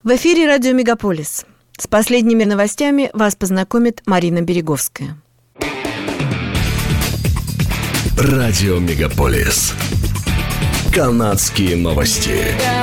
В эфире радио «Мегаполис». С последними новостями вас познакомит Марина Береговская. Радио «Мегаполис». Канадские новости.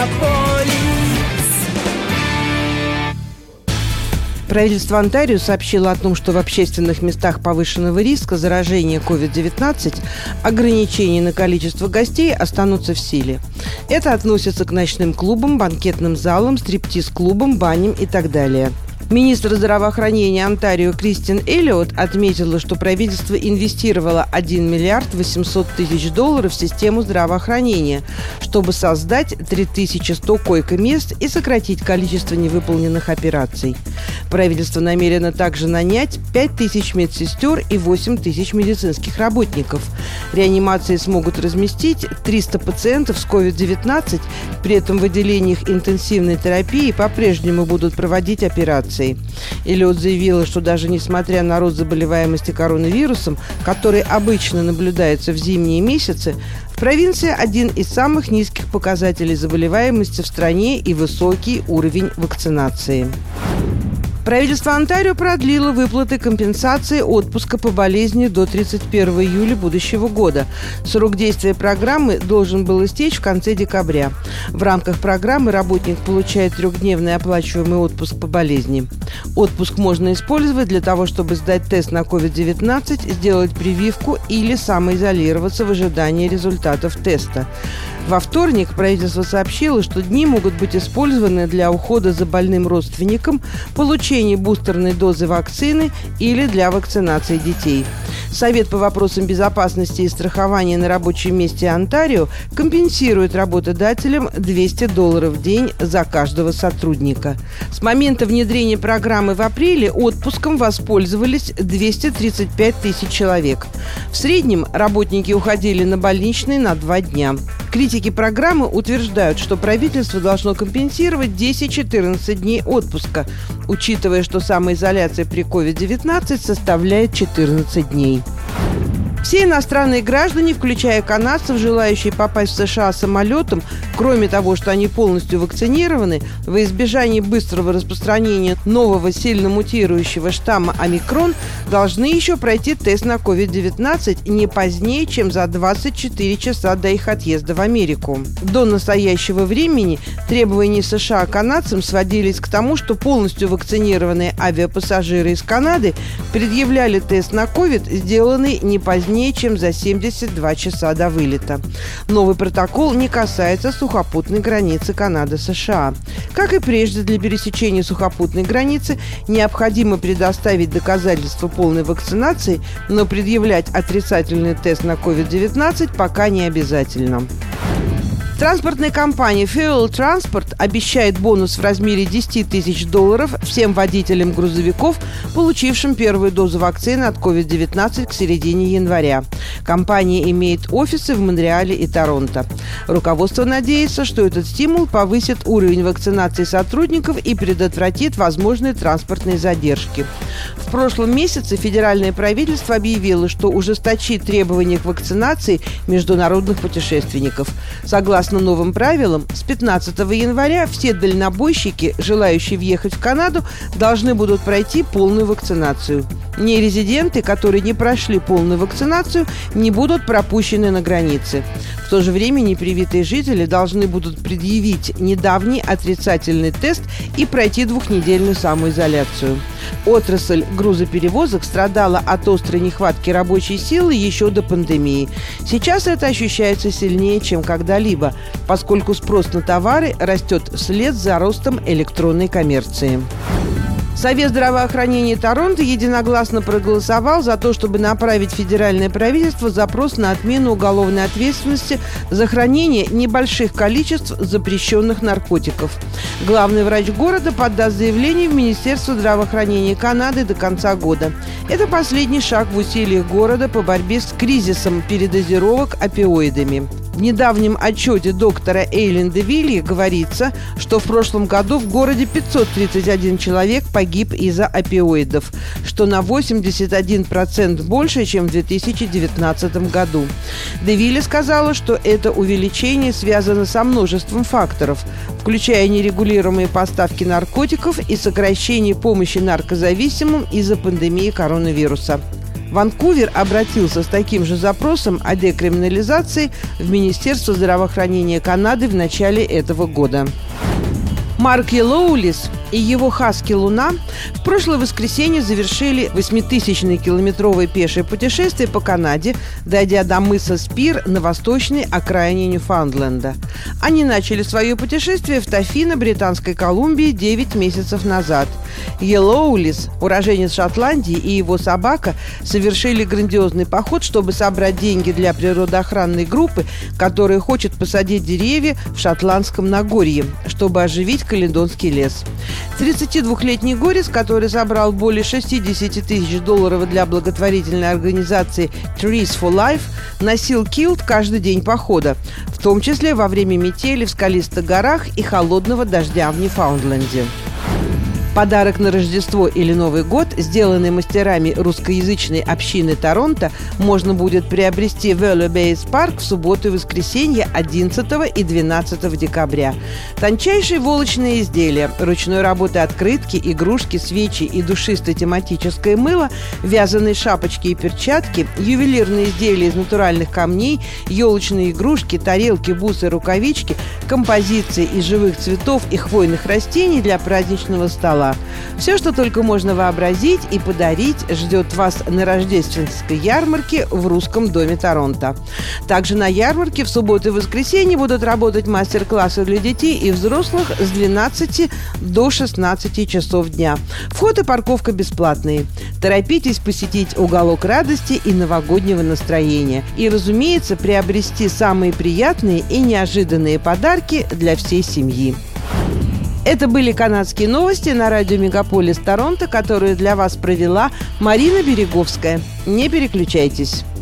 Правительство Онтарио сообщило о том, что в общественных местах повышенного риска заражения COVID-19 ограничения на количество гостей останутся в силе. Это относится к ночным клубам, банкетным залам, стриптиз-клубам, баням и так далее. Министр здравоохранения Онтарио Кристин Эллиот отметила, что правительство инвестировало 1 миллиард 800 тысяч долларов в систему здравоохранения, чтобы создать 3100 койко-мест и сократить количество невыполненных операций. Правительство намерено также нанять 5000 медсестер и 8000 медицинских работников. Реанимации смогут разместить 300 пациентов с COVID-19, при этом в отделениях интенсивной терапии по-прежнему будут проводить операции. Эллиот заявила, что даже несмотря на рост заболеваемости коронавирусом, который обычно наблюдается в зимние месяцы, в провинции один из самых низких показателей заболеваемости в стране и высокий уровень вакцинации. Правительство Онтарио продлило выплаты компенсации отпуска по болезни до 31 июля будущего года. Срок действия программы должен был истечь в конце декабря. В рамках программы работник получает 3-дневный оплачиваемый отпуск по болезни. Отпуск можно использовать для того, чтобы сдать тест на COVID-19, сделать прививку или самоизолироваться в ожидании результатов теста. Во вторник правительство сообщило, что дни могут быть использованы для ухода за больным родственником, получения бустерной дозы вакцины или для вакцинации детей. Совет по вопросам безопасности и страхования на рабочем месте Онтарио компенсирует работодателям $200 в день за каждого сотрудника. С момента внедрения программы в апреле отпуском воспользовались 235 тысяч человек. В среднем работники уходили на больничный на 2 дня. Критики программы утверждают, что правительство должно компенсировать 10-14 дней отпуска, учитывая, что самоизоляция при COVID-19 составляет 14 дней. Все иностранные граждане, включая канадцев, желающие попасть в США самолетом, кроме того, что они полностью вакцинированы, во избежание быстрого распространения нового сильно мутирующего штамма омикрон, должны еще пройти тест на COVID-19 не позднее, чем за 24 часа до их отъезда в Америку. До настоящего времени требования США канадцам сводились к тому, что полностью вакцинированные авиапассажиры из Канады предъявляли тест на COVID, сделанный не позднее, чем за 72 часа до вылета. Новый протокол не касается сухопутной границы Канады-США. Как и прежде, для пересечения сухопутной границы необходимо предоставить доказательства полной вакцинации, но предъявлять отрицательный тест на COVID-19 пока не обязательно. Транспортная компания Fuel Transport обещает бонус в размере $10 тысяч всем водителям грузовиков, получившим первую дозу вакцины от COVID-19 к середине января. Компания имеет офисы в Монреале и Торонто. Руководство надеется, что этот стимул повысит уровень вакцинации сотрудников и предотвратит возможные транспортные задержки. В прошлом месяце федеральное правительство объявило, что ужесточит требования к вакцинации международных путешественников. Согласно новым правилам, с 15 января все дальнобойщики, желающие въехать в Канаду, должны будут пройти полную вакцинацию. Нерезиденты, которые не прошли полную вакцинацию, не будут пропущены на границе. В то же время непривитые жители должны будут предъявить недавний отрицательный тест и пройти 2-недельную самоизоляцию. Отрасль грузоперевозок страдала от острой нехватки рабочей силы еще до пандемии. Сейчас это ощущается сильнее, чем когда-либо, поскольку спрос на товары растет вслед за ростом электронной коммерции. Совет здравоохранения Торонто единогласно проголосовал за то, чтобы направить в федеральное правительство запрос на отмену уголовной ответственности за хранение небольших количеств запрещенных наркотиков. Главный врач города подаст заявление в Министерство здравоохранения Канады до конца года. Это последний шаг в усилиях города по борьбе с кризисом передозировок опиоидами. В недавнем отчете доктора Эйлин де Вилье говорится, что в прошлом году в городе 531 человек погиб из-за опиоидов, что на 81% больше, чем в 2019 году. Де Вилье сказала, что это увеличение связано со множеством факторов, включая нерегулируемые поставки наркотиков и сокращение помощи наркозависимым из-за пандемии коронавируса. Ванкувер обратился с таким же запросом о декриминализации в Министерство здравоохранения Канады в начале этого года. Марк Йеллоулис и его хаски «Луна» в прошлое воскресенье завершили 8000-километровое пешее путешествие по Канаде, дойдя до мыса Спир на восточной окраине Ньюфаундленда. Они начали свое путешествие в Тофино, Британской Колумбии, 9 месяцев назад. Йеллоулис, уроженец Шотландии, и его собака совершили грандиозный поход, чтобы собрать деньги для природоохранной группы, которая хочет посадить деревья в Шотландском Нагорье, чтобы оживить Каледонский лес. 32-летний горец, который собрал более $60 тысяч для благотворительной организации Trees for Life, носил килт каждый день похода, в том числе во время метели в скалистых горах и холодного дождя в Ньюфаундленде. Подарок на Рождество или Новый год, сделанный мастерами русскоязычной общины Торонто, можно будет приобрести в Velo Base Park в субботу и воскресенье 11 и 12 декабря. Тончайшие волочные изделия, ручной работы открытки, игрушки, свечи и душистое тематическое мыло, вязаные шапочки и перчатки, ювелирные изделия из натуральных камней, елочные игрушки, тарелки, бусы, рукавички, композиции из живых цветов и хвойных растений для праздничного стола. Все, что только можно вообразить и подарить, ждет вас на рождественской ярмарке в Русском доме Торонто. Также на ярмарке в субботу и воскресенье будут работать мастер-классы для детей и взрослых с 12 до 16 часов дня. Вход и парковка бесплатные. Торопитесь посетить уголок радости и новогоднего настроения. И, разумеется, приобрести самые приятные и неожиданные подарки для всей семьи. Это были канадские новости на радио Мегаполис Торонто, которые для вас провела Марина Береговская. Не переключайтесь.